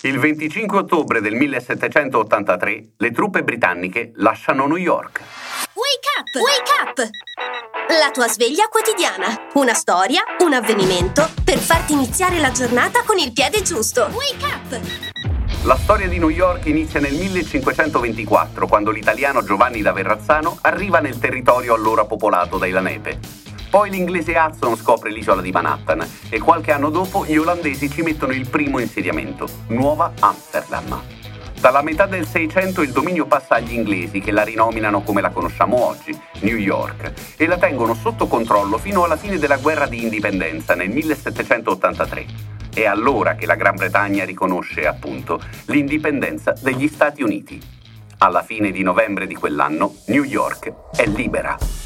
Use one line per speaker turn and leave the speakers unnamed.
Il 25 ottobre del 1783 le truppe britanniche lasciano New York.
Wake up! Wake up! La tua sveglia quotidiana. Una storia, un avvenimento per farti iniziare la giornata con il piede giusto. Wake up!
La storia di New York inizia nel 1524, quando l'italiano Giovanni da Verrazzano arriva nel territorio allora popolato dai Lenape. Poi l'inglese Hudson scopre l'isola di Manhattan e qualche anno dopo gli olandesi ci mettono il primo insediamento, Nuova Amsterdam. Dalla metà del 600 il dominio passa agli inglesi, che la rinominano come la conosciamo oggi, New York, e la tengono sotto controllo fino alla fine della guerra di indipendenza nel 1783. È allora che la Gran Bretagna riconosce, appunto, l'indipendenza degli Stati Uniti. Alla fine di novembre di quell'anno, New York è libera.